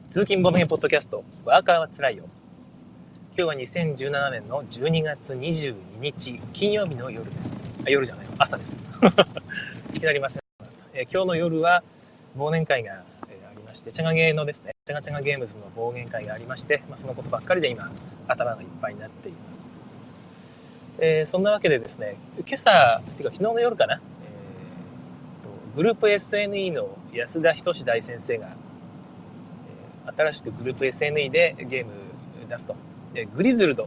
通勤ボードゲームポッドキャスト、ワーカーはつらいよ。今日は2017年の12月22日、金曜日の夜です。夜じゃない、朝です。いきなり間違えた。今日の夜は忘年会がありまして、チャガゲーのですね、チャガチャガゲームズの忘年会がありまして、そのことばっかりで今、頭がいっぱいになっています。そんなわけでですね、今朝、てか昨日の夜かな、グループ SNE の安田仁大先生が、新しくグループ SNE でゲーム出すと。グリズルド、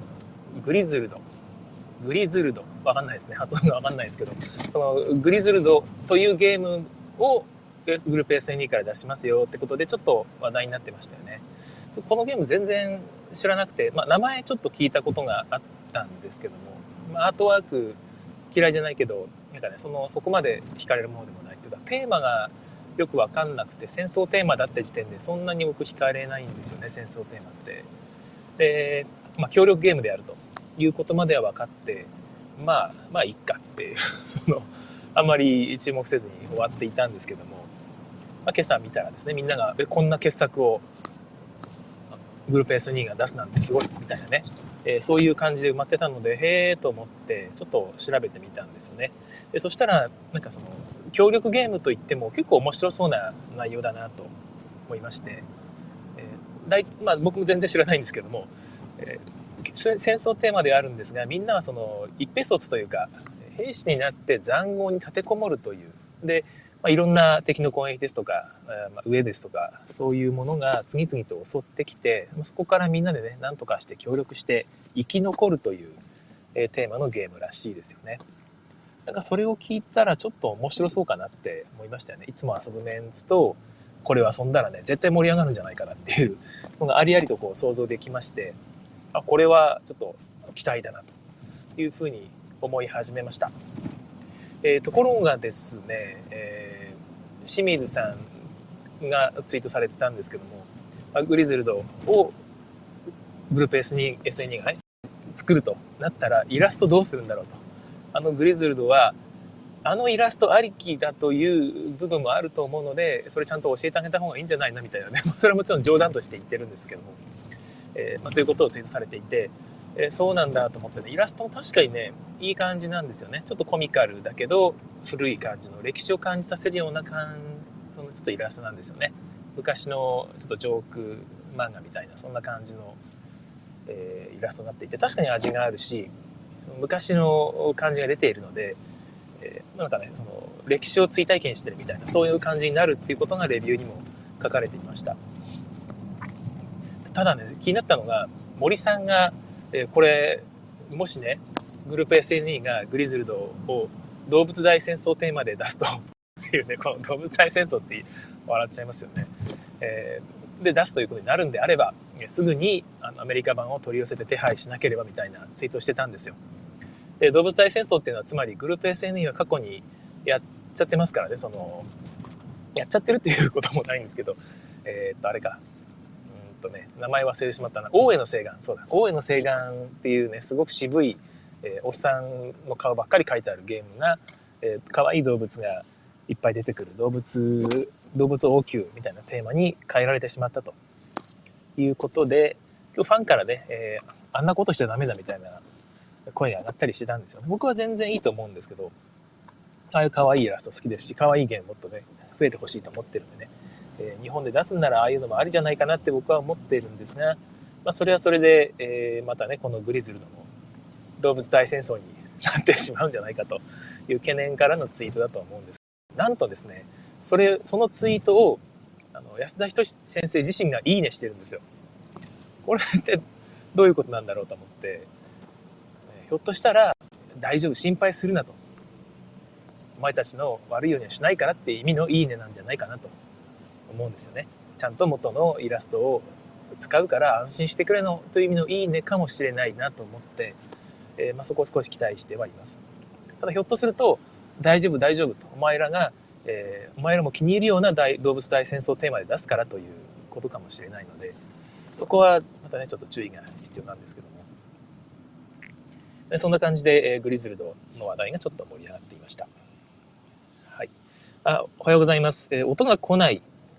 わかんないですね。発音がわかんないですけど、このグリズルドというゲームをグループ SNE から出しますよってことでちょっと話題になってましたよね。このゲーム全然知らなくて、名前ちょっと聞いたことがあったんですけども、アートワーク嫌いじゃないけど、なんかね、そこまで惹かれるものでもないというか、テーマがよく分かんなくて、戦争テーマだった時点でそんなに僕惹かれないんですよね、戦争テーマって。で、協力ゲームであるということまでは分かって、いっかっていうあんまり注目せずに終わっていたんですけども、今朝見たらですね、みんながこんな傑作をグループ S2 が出すなんてすごいみたいなね、そういう感じで埋まってたので、へえと思ってちょっと調べてみたんですよね。そしたらなんか協力ゲームといっても結構面白そうな内容だなと思いまして、僕も全然知らないんですけども、戦争テーマではあるんですが、みんなは一兵卒というか兵士になって塹壕に立てこもるというで、いろんな敵の攻撃ですとか、飢えですとか、そういうものが次々と襲ってきて、そこからみんなでね、何とかして協力して生き残るという、テーマのゲームらしいですよね。なんかそれを聞いたらちょっと面白そうかなって思いましたよね。いつも遊ぶメンツとこれを遊んだらね、絶対盛り上がるんじゃないかなっていうのがありありとこう想像できまして、これはちょっと期待だなというふうに思い始めました。ところがですね、清水さんがツイートされてたんですけども、グリズルドをグループ SNE がね、作るとなったらイラストどうするんだろうと。グリズルドはイラストありきだという部分もあると思うので、それちゃんと教えてあげた方がいいんじゃないのみたいなね、それはもちろん冗談として言ってるんですけども、ということをツイートされていて、そうなんだと思ってね、イラストも確かにね、いい感じなんですよね。ちょっとコミカルだけど古い感じの歴史を感じさせるようなちょっとイラストなんですよね。昔のちょっとジョーク漫画みたいなそんな感じの、イラストになっていて、確かに味があるし昔の感じが出ているので、なんかね、歴史を追体験してるみたいなそういう感じになるっていうことがレビューにも書かれていました。ただね、気になったのが森さんが、これもしねグループ SNE がグリズルドを動物大戦争テーマで出すというね、この動物大戦争って笑っちゃいますよね。で出すということになるんであれば、すぐにアメリカ版を取り寄せて手配しなければみたいなツイートしてたんですよ。で動物大戦争っていうのはつまりグループ SNE は過去にやっちゃってますからね、やっちゃってるっていうこともないんですけど、あれか、名前忘れてしまったな。大江の西岸、そうだ、大江の西岸っていうね、すごく渋い、おっさんの顔ばっかり描いてあるゲームが、可愛い動物がいっぱい出てくる動物王宮みたいなテーマに変えられてしまったということで、今日ファンからね、あんなことしちゃダメだみたいな声が上がったりしてたんですよね。僕は全然いいと思うんですけど、ああいう可愛いイラスト好きですし、可愛いゲームもっとね増えてほしいと思ってるんでね、日本で出すんならああいうのもありじゃないかなって僕は思っているんですが、それはそれで、またねこのグリズルドも動物大戦争になってしまうんじゃないかという懸念からのツイートだと思うんです。なんとですね、そのツイートを安田仁先生自身がいいねしてるんですよ。これってどういうことなんだろうと思って、ひょっとしたら大丈夫、心配するなと、お前たちの悪いようにはしないからって意味のいいねなんじゃないかなと思うんですよね。ちゃんと元のイラストを使うから安心してくれのという意味のいいねかもしれないなと思って、そこを少し期待してはいます。ただひょっとすると大丈夫大丈夫と、お前らも気に入るような動物大戦争テーマで出すからということかもしれないので、そこはまたねちょっと注意が必要なんですけども、そんな感じで、グリズルドの話題がちょっと盛り上がっていました。はい。おはようございます。音が来ない。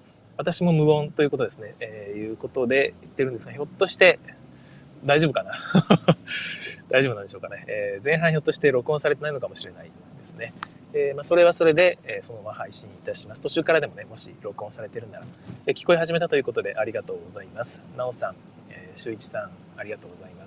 私も無音ということですね。いうことで言ってるんですが、ひょっとして大丈夫かな大丈夫なんでしょうかね。前半ひょっとして録音されてないのかもしれないですね。それはそれで、そのまま配信いたします。途中からでもね、もし録音されてるなら、聞こえ始めたということでありがとうございます。なおさん、しゅういちさん、ありがとうございます。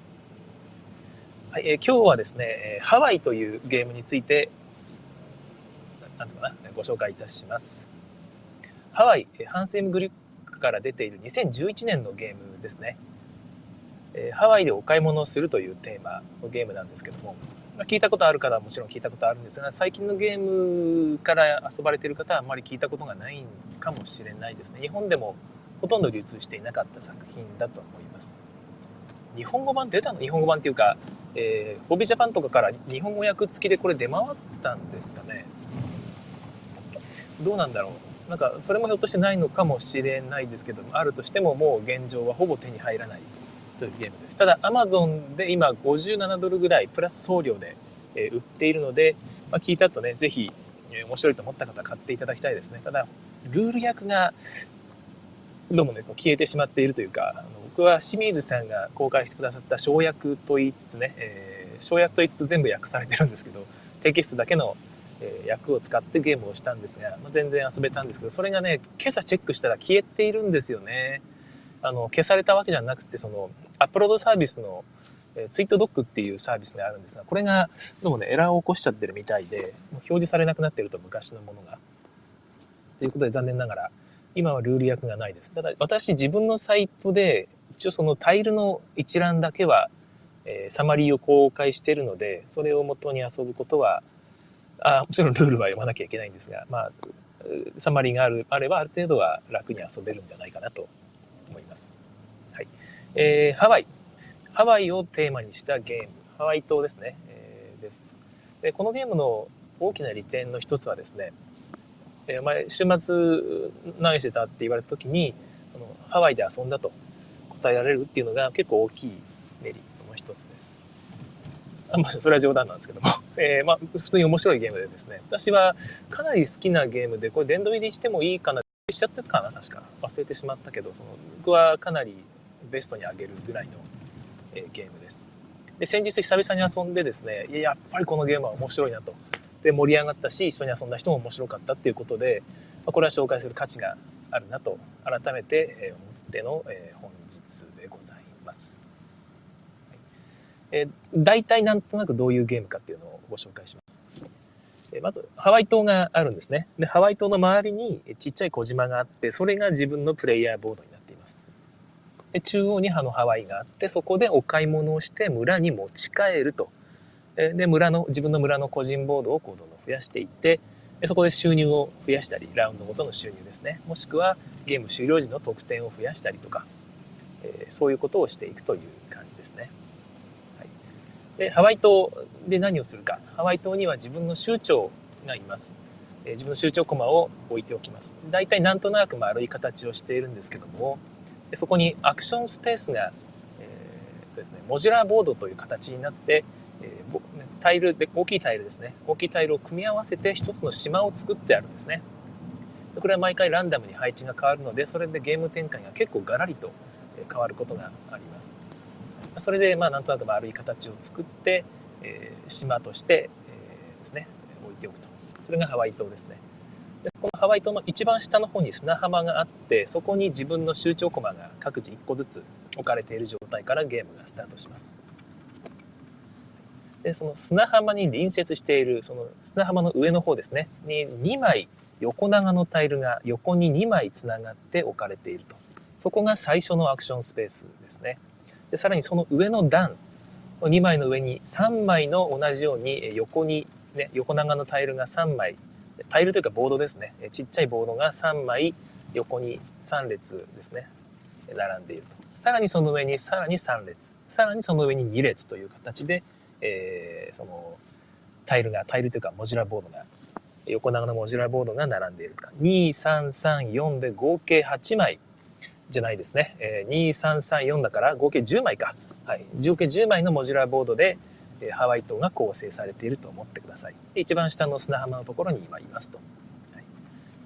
はい、今日はですね、ハワイというゲームについて、なんとかな、ご紹介いたします。ハワイ、ハンス・エム・グリックから出ている2011年のゲームですね。ハワイでお買い物をするというテーマのゲームなんですけども、聞いたことある方はもちろん聞いたことあるんですが、最近のゲームから遊ばれている方はあまり聞いたことがないかもしれないですね。日本でもほとんど流通していなかった作品だと思います。日本語版出たの？日本語版っていうか、ホビージャパンとかから日本語訳付きでこれ出回ったんですかね。どうなんだろう。なんかそれもひょっとしてないのかもしれないですけども、あるとしてももう現状はほぼ手に入らないというゲームです。ただ Amazon で今57ドルぐらいプラス送料で売っているので、聞いた後ね、ぜひ面白いと思った方は買っていただきたいですね。ただルール訳がどうもね、消えてしまっているというか、僕は清水さんが公開してくださった小訳と言いつつね、小訳と言いつつ全部訳されてるんですけど、テキストだけの訳を使ってゲームをしたんですが、全然遊べたんですけど、それがね、今朝チェックしたら消えているんですよね。消されたわけじゃなくて、そのアップロードサービスのツイートドックっていうサービスがあるんですが、これがどうもね、エラーを起こしちゃってるみたいで、もう表示されなくなってると、昔のものが。ということで残念ながら、今はルール訳がないです。ただ私自分のサイトで一応そのタイルの一覧だけは、サマリーを公開しているので、それを元に遊ぶことはもちろんルールは読まなきゃいけないんですが、サマリーがあればある程度は楽に遊べるんじゃないかなと思います。はい。ハワイをテーマにしたゲーム、ハワイ島ですね、です。でこのゲームの大きな利点の一つはですね、お前週末何してたって言われた時にハワイで遊んだと答えられるっていうのが結構大きいメリットの一つです。それは冗談なんですけども、普通に面白いゲームでですね、私はかなり好きなゲームで、これ殿堂入りしてもいいかな、しちゃってたかな、確か忘れてしまったけど、僕はかなりベストに上げるぐらいのゲームです。で先日久々に遊んでですね、やっぱりこのゲームは面白いなと。で盛り上がったし、一緒に遊んだ人も面白かったっていうことで、これは紹介する価値があるなと改めて思っての本日でございます。大体なんとなくどういうゲームかっていうのをご紹介します。まずハワイ島があるんですね。でハワイ島の周りにちっちゃい小島があって、それが自分のプレイヤーボードになっています。で中央にハワイがあって、そこでお買い物をして村に持ち帰ると。で自分の村の個人ボードをどんどん増やしていって、そこで収入を増やしたり、ラウンドごとの収入ですね、もしくはゲーム終了時の得点を増やしたりとか、そういうことをしていくという感じですね。はい、でハワイ島で何をするか。ハワイ島には自分の酋長がいます。自分の酋長コマを置いておきます。だいたいなんとなく丸い形をしているんですけども、そこにアクションスペースが、ですね、モジュラーボードという形になって、タイルで大きいタイルですね、大きいタイルを組み合わせて一つの島を作ってあるんですね。これは毎回ランダムに配置が変わるので、それでゲーム展開が結構ガラリと変わることがあります。それでなんとなく丸い形を作って、島として、ですね、置いておくと。それがハワイ島ですね。でこのハワイ島の一番下の方に砂浜があって、そこに自分の酋長コマが各自1個ずつ置かれている状態からゲームがスタートします。でその砂浜に隣接している、その砂浜の上の方ですねに2枚横長のタイルが横に2枚つながって置かれていると。そこが最初のアクションスペースですね。でさらにその上の段2枚の上に3枚の同じように横に、ね、横長のタイルが3枚、タイルというかボードですね、ちっちゃいボードが3枚横に3列ですね並んでいると。さらにその上にさらに3列、さらにその上に2列という形で、そのタイルというかモジュラーボードが、横長のモジュラーボードが並んでいるとか、2334で合計8枚じゃないですね、2334だから合計10枚か、はい、合計10枚のモジュラーボードでハワイ島が構成されていると思ってください。で一番下の砂浜のところに今いますと。はい、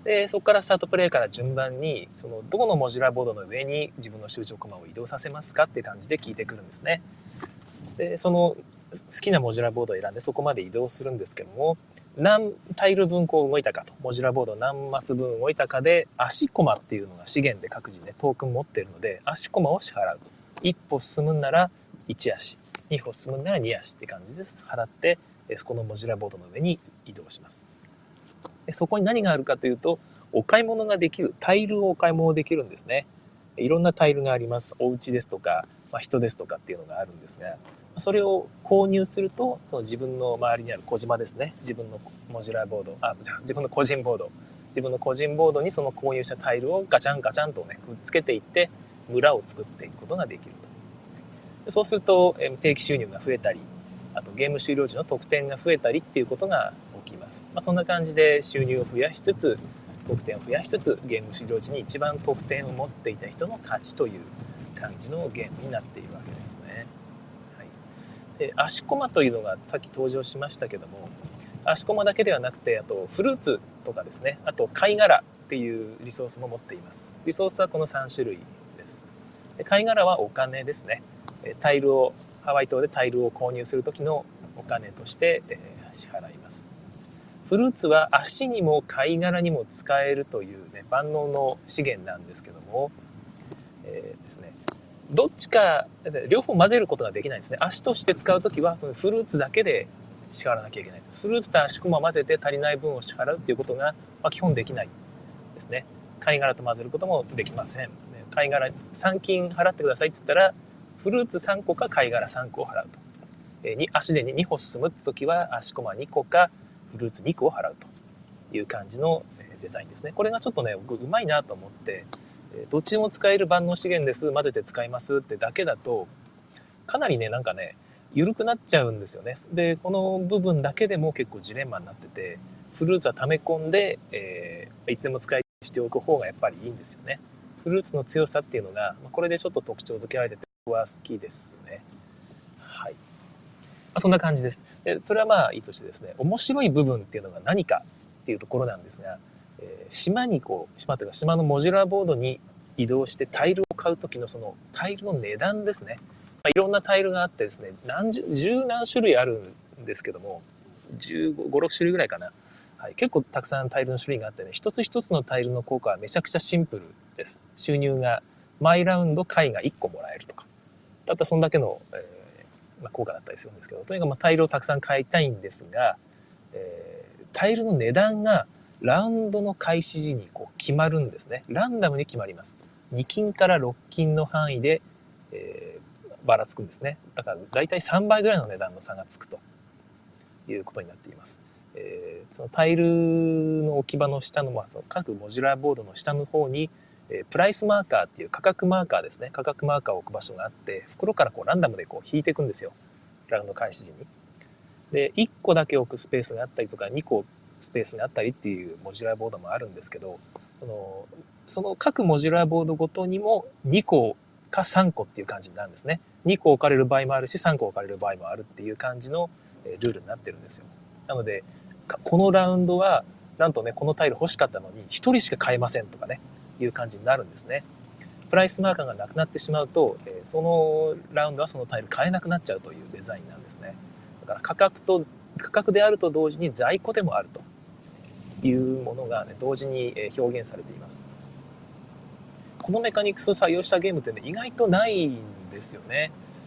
で、そこからスタートプレイから順番に、どこのモジュラーボードの上に自分の集中コマを移動させますかっていう感じで聞いてくるんですね。で、好きなモジュラーボードを選んでそこまで移動するんですけども、何タイル分こう動いたかと、モジュラーボード何マス分動いたかで、足コマっていうのが資源で各自ね、トークン持ってるので、足コマを支払う。一歩進むんなら1足、2歩進むんなら2足って感じで払って、そこのモジュラーボードの上に移動します。でそこに何があるかというと、お買い物ができる、タイルをお買い物できるんですね。いろんなタイルがあります。お家ですとか、人ですとかっていうのがあるんですが、それを購入すると、その自分の周りにある小島ですね。自分のモジュラーボード、自分の個人ボード。自分の個人ボードにその購入したタイルをガチャンガチャンとね、くっつけていって、村を作っていくことができると。そうすると、定期収入が増えたり、あとゲーム終了時の得点が増えたりっていうことが起きます。そんな感じで収入を増やしつつ、得点を増やしつつ、ゲーム終了時に一番得点を持っていた人の勝ちという感じのゲームになっているわけですね。はい、で足駒というのがさっき登場しましたけども、足駒だけではなくて、あとフルーツとかですね、あと貝殻っていうリソースも持っています。リソースはこの3種類です。で貝殻はお金ですね。タイルをハワイ島でタイルを購入する時のお金として支払います。フルーツは足にも貝殻にも使えるという、ね、万能の資源なんですけども、ですね、どっちか両方混ぜることができないんですね。足として使うときはフルーツだけで支払わなきゃいけない。フルーツと足駒を混ぜて足りない分を支払うっていうことが、基本できないですね。貝殻と混ぜることもできません。貝殻3金払ってくださいって言ったら、フルーツ3個か貝殻3個を払うと。足で2歩進むときは足駒2個かフルーツ2個を払うという感じのデザインですね。これがちょっとね、僕うまいなと思って、どっちも使える万能資源です、混ぜて使いますってだけだと、かなりね、なんかね、緩くなっちゃうんですよね。で、この部分だけでも結構ジレンマになってて、フルーツは溜め込んで、いつでも使いしておく方がやっぱりいいんですよね。フルーツの強さっていうのが、これでちょっと特徴付けられてて、僕は好きですね。はい。そんな感じです。でそれはいいとしてですね、面白い部分っていうのが何かっていうところなんですが、島に島というか島のモジュラーボードに移動してタイルを買う時のそのタイルの値段ですね。いろんなタイルがあってですね、十何種類あるんですけども、15、6種類ぐらいかな。はい、結構たくさんタイルの種類があってね、一つ一つのタイルの効果はめちゃくちゃシンプルです。収入が毎ラウンド貝が1個もらえるとか。たったそんだけの、効果だったりするんですけど、とにかくタイルをたくさん買いたいんですが、タイルの値段がラウンドの開始時に決まるんですね。ランダムに決まります。2金から6金の範囲で、ばらつくんですね。だから大体3倍ぐらいの値段の差がつくということになっています。そのタイルの置き場の下の、その各モジュラーボードの下の方に、プライスマーカーっていう価格マーカーですね。価格マーカーを置く場所があって、袋からランダムで引いていくんですよ。ラウンド開始時に。で、1個だけ置くスペースがあったりとか、2個スペースがあったりっていうモジュラーボードもあるんですけど、その各モジュラーボードごとにも2個か3個っていう感じになるんですね。2個置かれる場合もあるし、3個置かれる場合もあるっていう感じのルールになってるんですよ。なので、このラウンドは、なんとね、このタイル欲しかったのに、1人しか買えませんとかね、いう感じになるんですね。プライスマーカーがなくなってしまうと、そのラウンドはそのタイル買えなくなっちゃうというデザインなんですね。だから価格であると同時に在庫でもあるというものが、ね、同時に表現されています。このメカニクスを採用したゲームってね、意外とないんですよね。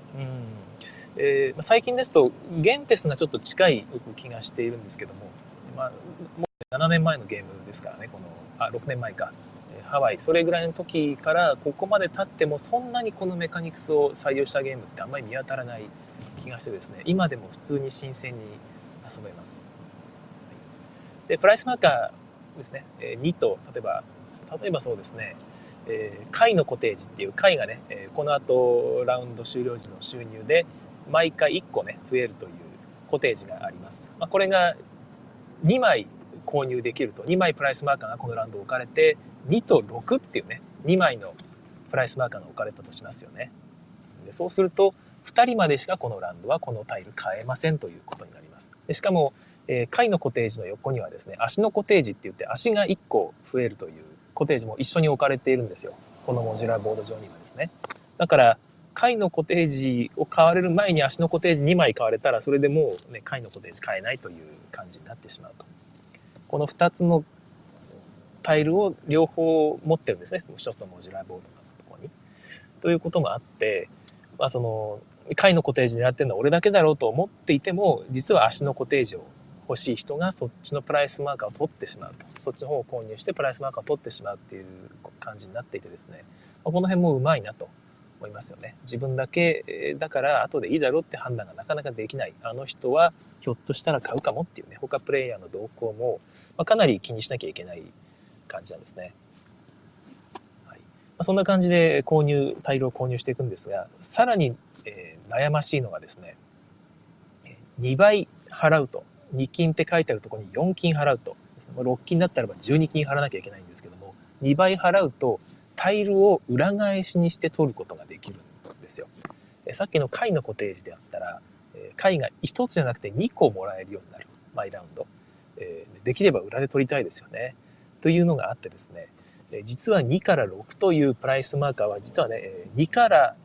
最近ですとゲンテスがちょっと近い気がしているんですけども、もう7年前のゲームですからね、6年前か。ハワイ、それぐらいの時からここまで経ってもそんなにこのメカニクスを採用したゲームってあんまり見当たらない気がしてですね、今でも普通に新鮮に遊べます。で、プライスマーカーですね、2と、例えばそうですね、貝のコテージっていう貝がね、この後ラウンド終了時の収入で毎回1個ね、増えるというコテージがあります。これが2枚購入できると、2枚プライスマーカーがこのラウンド置かれて、2と6っていうね、2枚のプライスマーカーが置かれたとしますよね。でそうすると、2人までしかこのラウンドはこのタイル買えませんということになります。でしかも、 貝のコテージの横にはですね、足のコテージって言って足が1個増えるというコテージも一緒に置かれているんですよ。このモジュラーボード上にはですね。だから貝のコテージを買われる前に足のコテージ2枚買われたら、それでもうね、貝のコテージ買えないという感じになってしまうと。この2つのタイルを両方持ってるんですね。一つのモジュラーボードのところに。ということもあって、その貝のコテージ狙ってるのは俺だけだろうと思っていても、実は足のコテージを欲しい人がそっちのプライスマーカーを取ってしまうと、そっちの方を購入してプライスマーカーを取ってしまうっていう感じになっていてですね、この辺もうまいなと思いますよね。自分だけだから後でいいだろうって判断がなかなかできない、あの人はひょっとしたら買うかもっていうね、他プレイヤーの動向もかなり気にしなきゃいけない感じなんですね。そんな感じでタイルを購入していくんですが、さらに、悩ましいのがですね、2倍払うと、2金って書いてあるところに4金払うと、6金だったらば12金払わなきゃいけないんですけども、2倍払うとタイルを裏返しにして取ることができるんですよ。さっきの貝のコテージであったら、貝が1つじゃなくて2個もらえるようになる、毎ラウンド。できれば裏で取りたいですよね。というのがあってですね、実は2から6というプライスマーカーは実はね、2から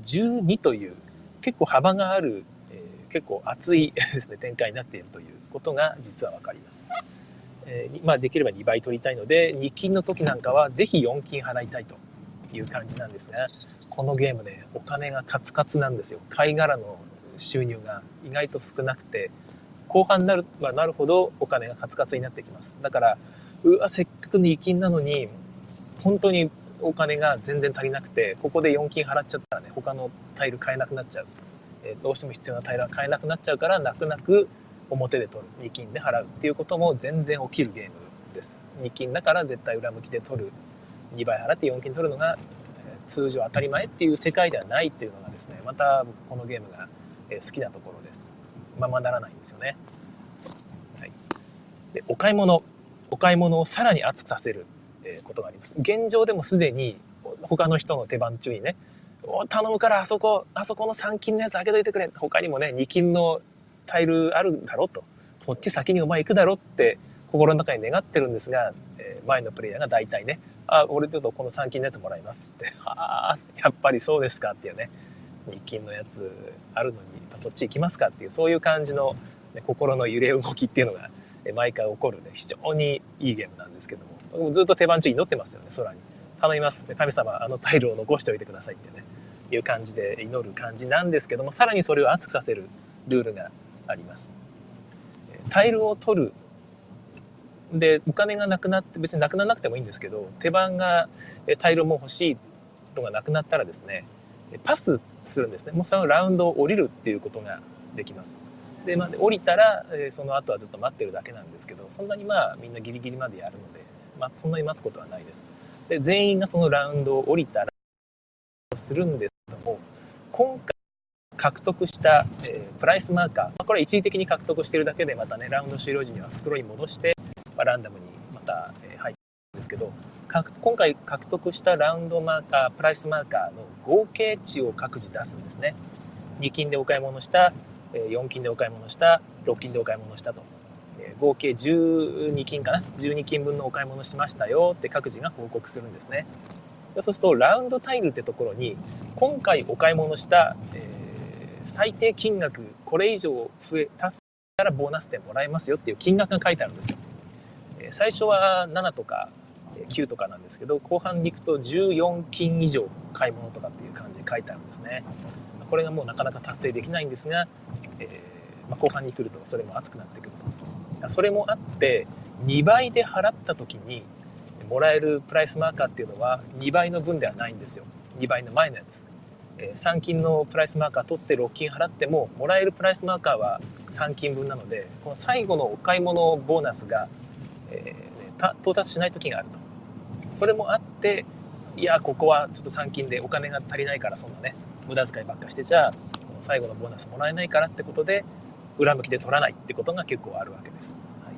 12という結構幅がある、結構厚いですね、展開になっているということが実は分かります。できれば2倍取りたいので、2金の時なんかはぜひ4金払いたいという感じなんですが、このゲームね、お金がカツカツなんですよ。貝殻の収入が意外と少なくて、後半になるほどお金がカツカツになってきます。だからせっかく2金なのに本当にお金が全然足りなくて、ここで4金払っちゃったらね、他のタイル買えなくなっちゃう、どうしても必要なタイルは買えなくなっちゃうから、泣く泣く表で取る、2金で払うっていうことも全然起きるゲームです。2金だから絶対裏向きで取る、2倍払って4金取るのが通常当たり前っていう世界ではないっていうのがですね、また僕このゲームが好きなところです。ままならないんですよね。はい、でお買い物をさらに熱くさせることがあります。現状でもすでに他の人の手番中にね、頼むからあそこの3金のやつ開けといてくれ、他にもね2金のタイルあるんだろと、そっち先にお前行くだろって心の中に願ってるんですが、前のプレイヤーが大体ね、俺ちょっとこの3金のやつもらいますって、やっぱりそうですかっていうね、2金のやつあるのにそっち行きますかっていう、そういう感じの、ね、心の揺れ動きっていうのが毎回起こるね、非常にいいゲームなんですけども、僕もずっと手番中に祈ってますよね、空に。頼みます。神様、あのタイルを残しておいてくださいってね、いう感じで祈る感じなんですけども、さらにそれを熱くさせるルールがあります。タイルを取る。で、お金がなくなって、別になくならなくてもいいんですけど、手番がタイルも欲しいのがなくなったらですね、パスするんですね。もうそのラウンドを降りるっていうことができます。で、降りたら、その後はずっと待ってるだけなんですけど、そんなにみんなギリギリまでやるので、そんなに待つことはないです。で、全員がそのラウンドを降りたらするんですけども、今回獲得した、プライスマーカー、これは一時的に獲得しているだけで、またね、ラウンド終了時には袋に戻して、ランダムにまた入ってるんですけど、今回獲得したラウンドマーカー、プライスマーカーの合計値を各自出すんですね。2金でお買い物した、4金でお買い物した、6金でお買い物したと、合計12金かな、12金分のお買い物しましたよって各自が報告するんですね。そうするとラウンドタイルってところに、今回お買い物した、最低金額これ以上達成したらボーナス点もらえますよっていう金額が書いてあるんですよ。最初は7とか9とかなんですけど、後半に行くと14金以上買い物とかっていう感じで書いてあるんですね。これがもうなかなか達成できないんですが、後半に来るとそれも熱くなってくると。それもあって2倍で払った時にもらえるプライスマーカーっていうのは2倍の分ではないんですよ。2倍の前のやつ。3金のプライスマーカー取って6金払ってももらえるプライスマーカーは3金分なので、この最後のお買い物ボーナスが到達しない時があると。それもあって、いやここはちょっと3金でお金が足りないから、そんなね無駄遣いばっかしてちゃこの最後のボーナスもらえないからってことで裏向きで取らないってことが結構あるわけです。はい、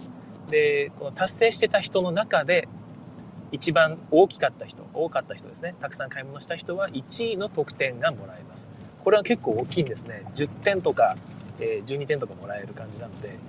でこの達成してた人の中で一番多かった人ですね、たくさん買い物した人は1位の得点がもらえます。これは結構大きいんですね。10点とか、12点とかもらえる感じなので、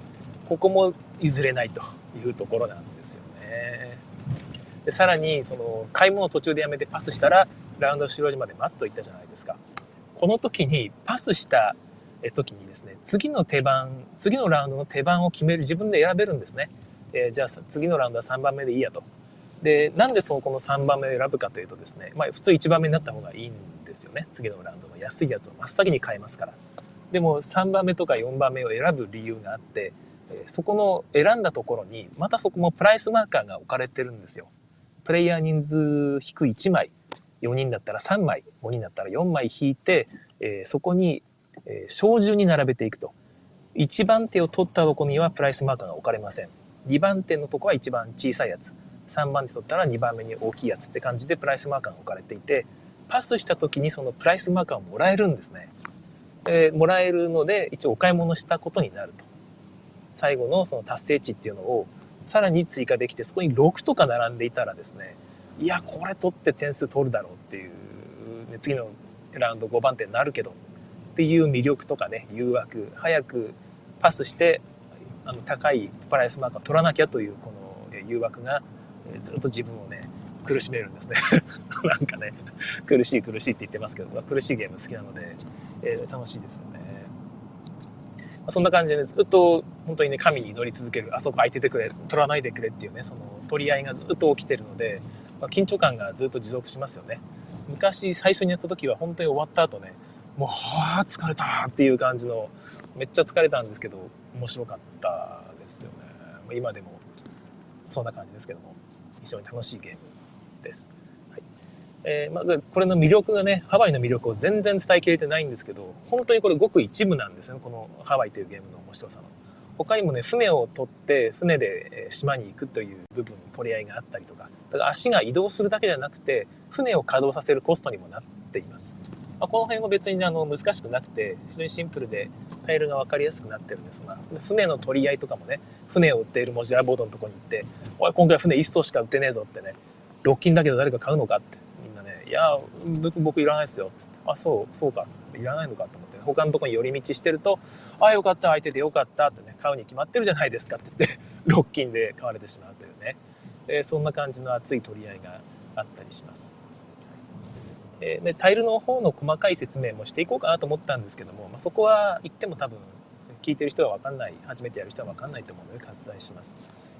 ここも譲れないというところなんですよね。でさらにその買い物途中でやめてパスしたらラウンド終了時まで待つと言ったじゃないですか。この時にパスした時にですね、次のラウンドの手番を決める、自分で選べるんですね。じゃあ次のラウンドは3番目でいいやと。で、なんでこの3番目を選ぶかというとですね、普通1番目になった方がいいんですよね。次のラウンドの安いやつを真っ先に買えますから。でも3番目とか4番目を選ぶ理由があって、そこの選んだところにまたそこもプライスマーカーが置かれてるんですよ。プレイヤー人数引く1枚、4人だったら3枚、5人だったら4枚引いて、そこに小順に並べていくと。1番手を取ったところにはプライスマーカーが置かれません。2番手のとこは一番小さいやつ、3番手取ったら2番目に大きいやつって感じでプライスマーカーが置かれていて、パスした時にそのプライスマーカーをもらえるんですね。もらえるので一応お買い物したことになると。最後のその達成値っていうのをさらに追加できて、そこに6とか並んでいたらですね、いやこれ取って点数取るだろうっていう、次のラウンド5番手になるけどっていう魅力とかね、誘惑、早くパスして高いプライスマーカーを取らなきゃというこの誘惑がずっと自分をね苦しめるんですねなんかね、苦しいって言ってますけど、苦しいゲーム好きなので、楽しいですよね。そんな感じでずっと本当にね、神に祈り続ける、あそこ空いててくれ、取らないでくれっていうね、その取り合いがずっと起きてるので、緊張感がずっと持続しますよね。昔最初にやった時は本当に終わった後ね、もう疲れたっていう感じの、めっちゃ疲れたんですけど面白かったですよね。今でもそんな感じですけども、非常に楽しいゲームです。これの魅力がね、ハワイの魅力を全然伝えきれてないんですけど、本当にこれごく一部なんですね、このハワイというゲームの面白さの。他にもね、船を取って船で島に行くという部分取り合いがあったりとか、だから足が移動するだけじゃなくて船を稼働させるコストにもなっています。この辺は別に難しくなくて非常にシンプルでタイルが分かりやすくなってるんですが、船の取り合いとかもね、船を売っているモジュラーボードのところに行って、おい今回船1艘しか売ってねえぞってね、6金だけど誰か買うのかってみんなね、いや別に僕いらないですよっつって、そうか、いらないのかと思って、他のところに寄り道してると、よかった、相手でよかったってね、買うに決まってるじゃないですかって言って6金で買われてしまうというね、そんな感じの熱い取り合いがあったりします。でタイルの方の細かい説明もしていこうかなと思ったんですけども、そこは言っても多分聞いてる人は分かんない、初めてやる人は分かんないと思うので割愛します。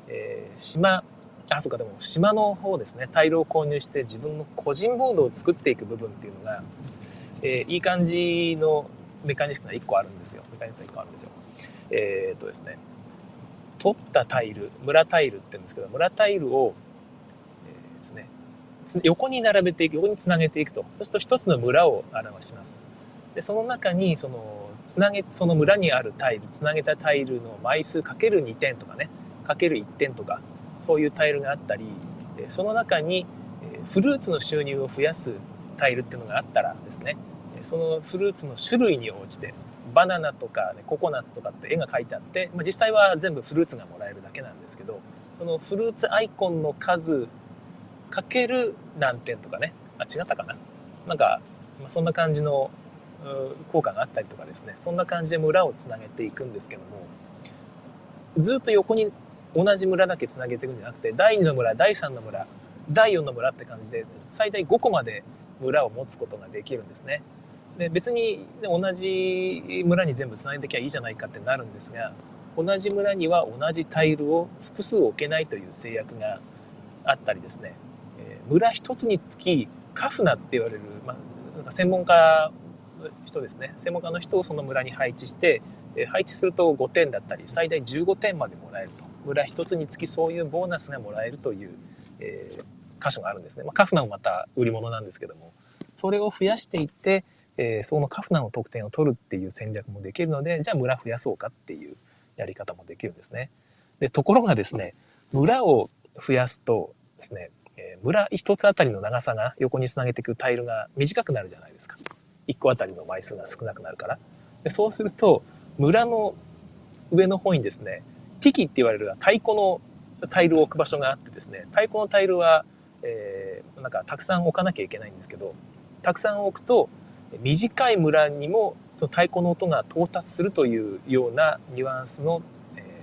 そうか、でも島の方ですね、タイルを購入して自分の個人ボードを作っていく部分っていうのが、いい感じのメカニズムが1個あるんですよ。ですね、取ったタイル、村タイルって言うんですけど、村タイルを、ですね、横に並べていく、横につなげていくと、そうすると一つの村を表します。でその中にその村にあるタイル、つなげたタイルの枚数かける2点とかね、かける1点とか、そういうタイルがあったり、その中にフルーツの収入を増やすタイルっていうのがあったらですね、そのフルーツの種類に応じてバナナとか、ココナッツとかって絵が描いてあって、実際は全部フルーツがもらえるだけなんですけど、そのフルーツアイコンの数かける何点とかね、違ったかな、なんか、そんな感じの効果があったりとかですね、そんな感じで村をつなげていくんですけども、ずっと横に同じ村だけつなげていくんじゃなくて、第2の村、第3の村、第4の村って感じで最大5個まで村を持つことができるんですね。で別に同じ村に全部つないできゃいいじゃないかってなるんですが、同じ村には同じタイルを複数置けないという制約があったりですね、村一つにつきカフナって言われる、なんか専門家の人ですね、専門家の人をその村に配置して、配置すると5点だったり最大15点までもらえると、村一つにつきそういうボーナスがもらえるという、箇所があるんですね。カフナもまた売り物なんですけども、それを増やしていって、そのカフナの得点を取るっていう戦略もできるので、じゃあ村増やそうかっていうやり方もできるんですね。でところがですね、村を増やすとですね、村一つあたりの長さが横につなげていくタイルが短くなるじゃないですか。1個あたりの枚数が少なくなるから。でそうすると村の上の方にですね、ティキって言われる太鼓のタイルを置く場所があってですね、太鼓のタイルは、なんかたくさん置かなきゃいけないんですけど、たくさん置くと短い村にもその太鼓の音が到達するというようなニュアンスの、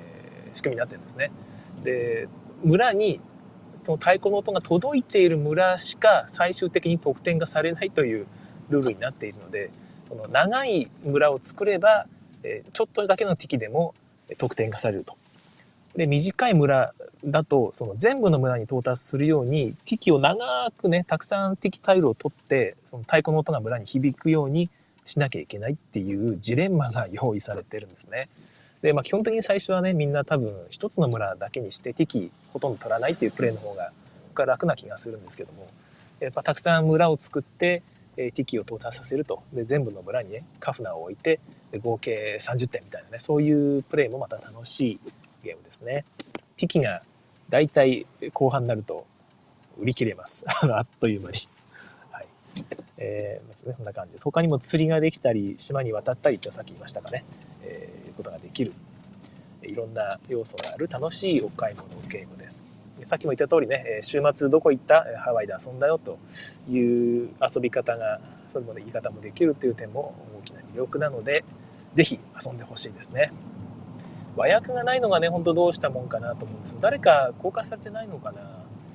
仕組みになってるんですね。で、村にその太鼓の音が届いている村しか最終的に得点がされないというルールになっているので、この長い村を作ればちょっとだけの敵でも得点がされると。で、短い村だとその全部の村に到達するように敵を長くね、たくさん敵タイルを取ってその太鼓の音が村に響くようにしなきゃいけないっていうジレンマが用意されてるんですね。で、基本的に最初はね、みんな多分一つの村だけにして敵ほとんど取らないっていうプレーの方が楽な気がするんですけども、やっぱたくさん村を作って敵を到達させると。で、全部の村にね、カフナを置いて合計30点みたいなね、そういうプレーもまた楽しいゲームですね。敵がだいたい後半になると売り切れます。あっという間に。はい。ですね、こんな感じです。他にも釣りができたり、島に渡ったりってさっき言いましたかね。いうことができる。いろんな要素がある楽しいお買い物ゲームです。さっきも言った通りね、週末どこ行った？ハワイで遊んだよという遊び方が、そういう言い方もできるという点も大きな魅力なので、ぜひ遊んでほしいですね。和訳がないのがね、本当どうしたもんかなと思うんですよ。誰か公開されてないのかな。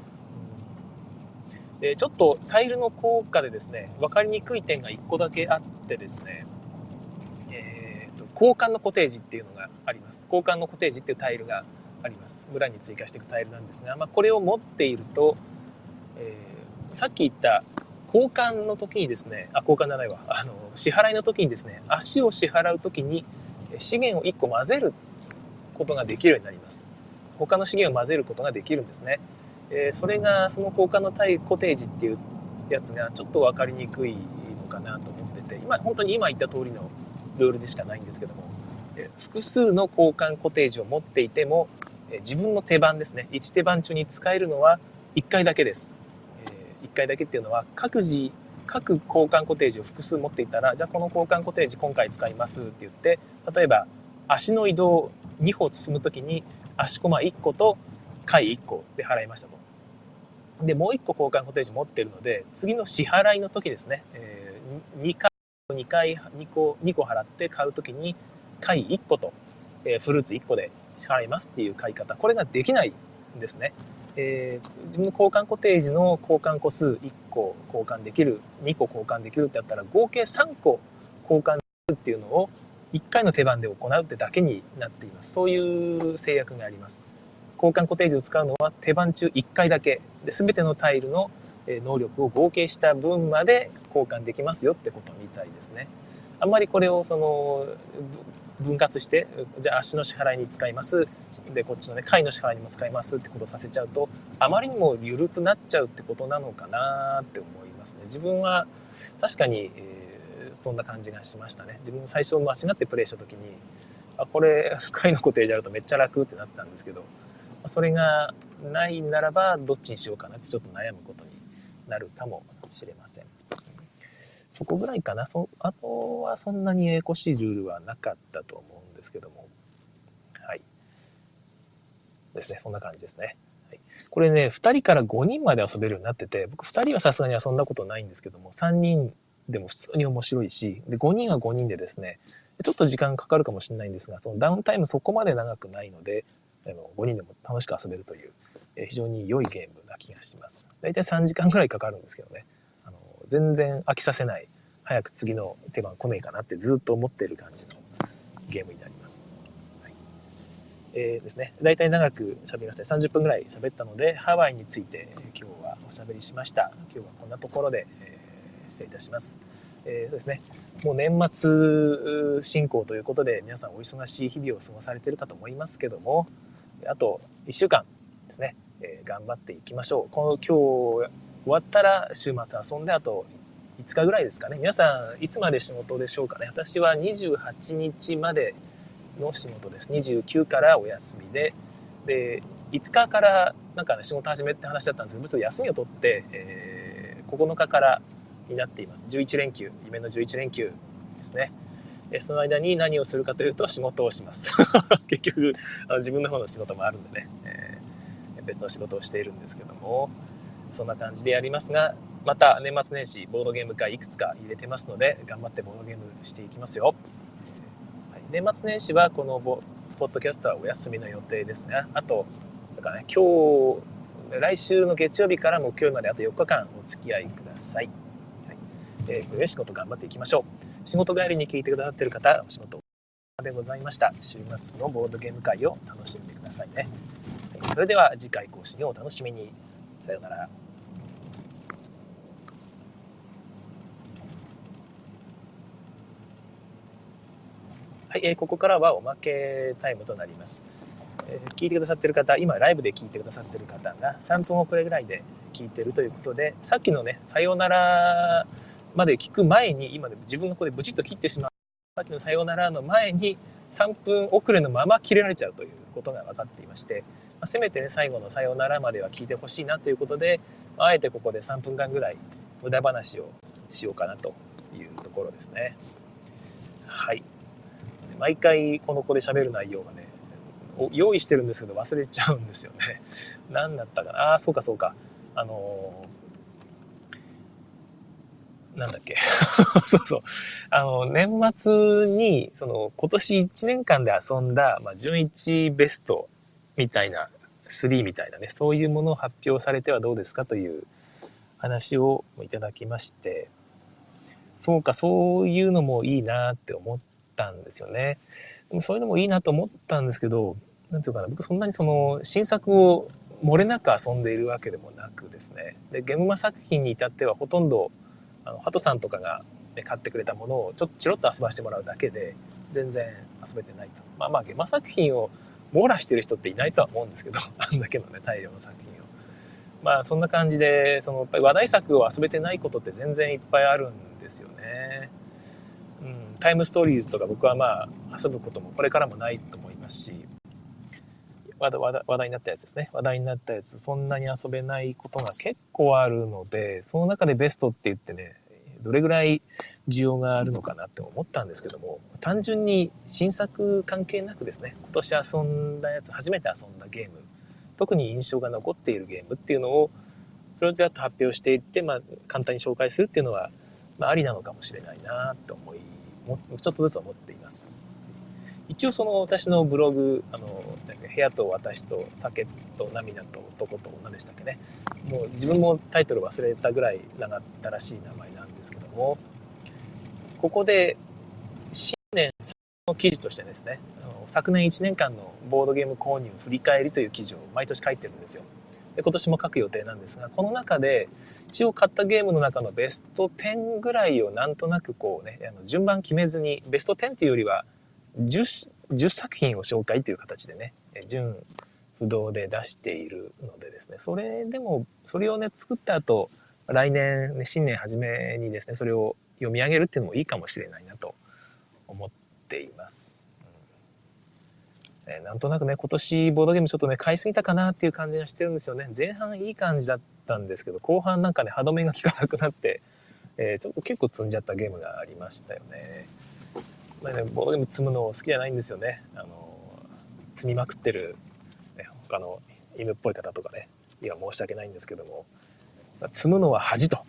で、ちょっとタイルの効果でですね、分かりにくい点が1個だけあってですね、交換のコテージっていうのがあります。交換のコテージっていうタイルがあります。村に追加していくタイルなんですが、これを持っていると、さっき言った交換の時にですね、交換じゃないわ、支払いの時にですね、足を支払う時に資源を1個混ぜることができるようになります。他の資源を混ぜることができるんですね。それがその交換のコテージっていうやつがちょっと分かりにくいのかなと思ってて、本当に今言った通りのルールでしかないんですけども、複数の交換コテージを持っていても自分の手番ですね、1手番中に使えるのは1回だけです。1回だけっていうのは各交換コテージを複数持っていたら、じゃあこの交換コテージ今回使いますって言って、例えば足の移動2歩進むときに足駒1個と回1個で払いましたと。でもう1個交換コテージ持ってるので、次の支払いの時ですね、2個払って買うときに貝1個とフルーツ1個で支払いますっていう買い方、これができないんですね。自分の交換コテージの交換個数1個交換できる、2個交換できるってやったら合計3個交換できるっていうのを1回の手番で行うってだけになっています。そういう制約があります。交換コテージを使うのは手番中1回だけで、全てのタイルの能力を合計した分まで交換できますよってことみたいですね。あんまりこれを分割して、じゃあ足の支払いに使いますで、こっちのね貝の支払いにも使いますってことをさせちゃうと、あまりにも緩くなっちゃうってことなのかなって思いますね。自分は確かに、そんな感じがしましたね。自分最初間違ってプレイした時に、これ貝のコテージあるとめっちゃ楽ってなったんですけど、それがないならばどっちにしようかなってちょっと悩むことになるかもしれません。そこぐらいかな。あとはそんなにややこしいルールはなかったと思うんですけども。はい。ですね。そんな感じですね。はい、これね、2人から5人まで遊べるようになってて、僕2人はさすがに遊んだことないんですけども、3人でも普通に面白いし、で5人は5人でですね、ちょっと時間かかるかもしれないんですが、そのダウンタイムそこまで長くないので、5人でも楽しく遊べるという、非常に良いゲームな気がします。だいたい3時間ぐらいかかるんですけどね、全然飽きさせない、早く次の手番来ねえかなってずっと思ってる感じのゲームになります。はい、ですね、だいたい長く喋りました。30分ぐらい喋ったので、ハワイについて今日はおしゃべりしました。今日はこんなところで、失礼いたします。そうですね、もう年末進行ということで皆さんお忙しい日々を過ごされているかと思いますけども、あと1週間ですね、頑張っていきましょう。今日終わったら週末遊んで、あと5日ぐらいですかね。皆さんいつまで仕事でしょうかね。私は28日までの仕事です。29からお休みで、5日からなんかね仕事始めって話だったんですけど、ちょっと休みを取って、9日からになっています。11連休、夢の11連休ですね。その間に何をするかというと仕事をします結局自分の方の仕事もあるんでね、別の仕事をしているんですけども、そんな感じでやりますが、また年末年始ボードゲーム会いくつか入れてますので、頑張ってボードゲームしていきますよ。はい、 年末年始はこのポッドキャストはお休みの予定ですが、あとだからね、来週の月曜日から木曜日まであと4日間お付き合いください。はい、これで仕事頑張っていきましょう。仕事帰りに聞いてくださっている方、お仕事でございました。週末のボードゲーム会を楽しんでくださいね。はい、それでは次回更新をお楽しみに。さようなら。はい、ここからはおまけタイムとなります。聞いてくださっている方、今ライブで聞いてくださっている方が3分遅れぐらいで聞いているということで、さっきのね、さようならまで聞く前に、今で自分の声でブチッと切ってしまう。さっきのさようならの前に3分遅れのまま切れられちゃうということが分かっていまして、せめてね、最後のさようならまでは聞いてほしいなということで、あえてここで3分間ぐらい無駄話をしようかなというところですね。はい。毎回この子で喋る内容がね、用意してるんですけど忘れちゃうんですよね。何だったかな。そうかそうか。なんだっけ。そうそう。年末に、今年1年間で遊んだ、順一ベストみたいな、3みたいなね、そういうものを発表されてはどうですかという話をいただきまして、そうか、そういうのもいいなって思ったんですよね。でもそういうのもいいなと思ったんですけど、なんていうかな、僕そんなに新作を漏れなく遊んでいるわけでもなくですね。で、ゲームマ作品に至ってはほとんど、ハトさんとかが買ってくれたものをちょっとチロッと遊ばしてもらうだけで、全然遊べてないと。ゲームマ作品を網羅してる人っていないとは思うんですけど、あんだけのね、大量の作品を。そんな感じで、やっぱり話題作を遊べてないことって全然いっぱいあるんですよね。タイムストーリーズとか僕は遊ぶこともこれからもないと思いますし、話題になったやつですね。話題になったやつ、そんなに遊べないことが結構あるので、その中でベストって言ってね、どれぐらい需要があるのかなって思ったんですけども、単純に新作関係なくですね、今年遊んだやつ、初めて遊んだゲーム、特に印象が残っているゲームっていうのを、それをちゃんと発表していって、簡単に紹介するっていうのは、ありなのかもしれないなとちょっとずつ思っています。一応私のブログ、部屋と私と酒と涙と男と何でしたっけね。もう自分もタイトル忘れたぐらい長ったらしい名前なんですけども、ここで新年の記事としてですね、昨年1年間のボードゲーム購入振り返りという記事を毎年書いてるんですよ。で、今年も書く予定なんですが、この中で一応買ったゲームの中のベスト10ぐらいをなんとなく順番決めずに、ベスト10っていうよりは10作品を紹介という形でね、順不動で出しているのでですね、それをね、作った後、来年、ね、新年初めにですね、それを読み上げるっていうのもいいかもしれないなと思っています。なんとなくね、今年ボードゲームちょっとね、買いすぎたかなっていう感じがしてるんですよね。前半いい感じだったんですけど、後半なんかね、歯止めが効かなくなって、ちょっと結構積んじゃったゲームがありましたよね。ボードゲーム積むの好きじゃないんですよね。積みまくってる、ね、他の犬っぽい方とかね、いや申し訳ないんですけども、積むのは恥と。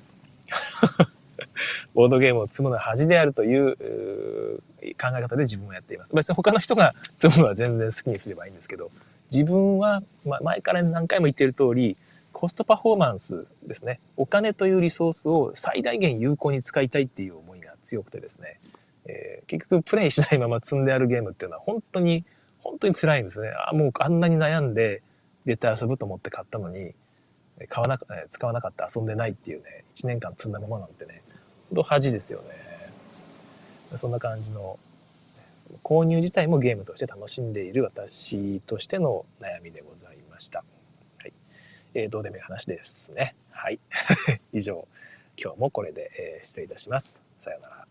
ボードゲームを積むのは恥であるという考え方で自分はやっています。別に他の人が積むのは全然好きにすればいいんですけど、自分は、前から何回も言っている通り、コストパフォーマンスですね。お金というリソースを最大限有効に使いたいっていう思いが強くてですね、結局プレイしないまま積んであるゲームっていうのは本当に辛いんですね。もうあんなに悩んで絶対遊ぶと思って買ったのに、使わなかった、遊んでないっていうね、1年間積んだままなんてね、ほんと恥ですよね。そんな感じの、購入自体もゲームとして楽しんでいる私としての悩みでございました。はい。どうでもいい話ですね。はい。以上、今日もこれで、失礼いたします。さようなら。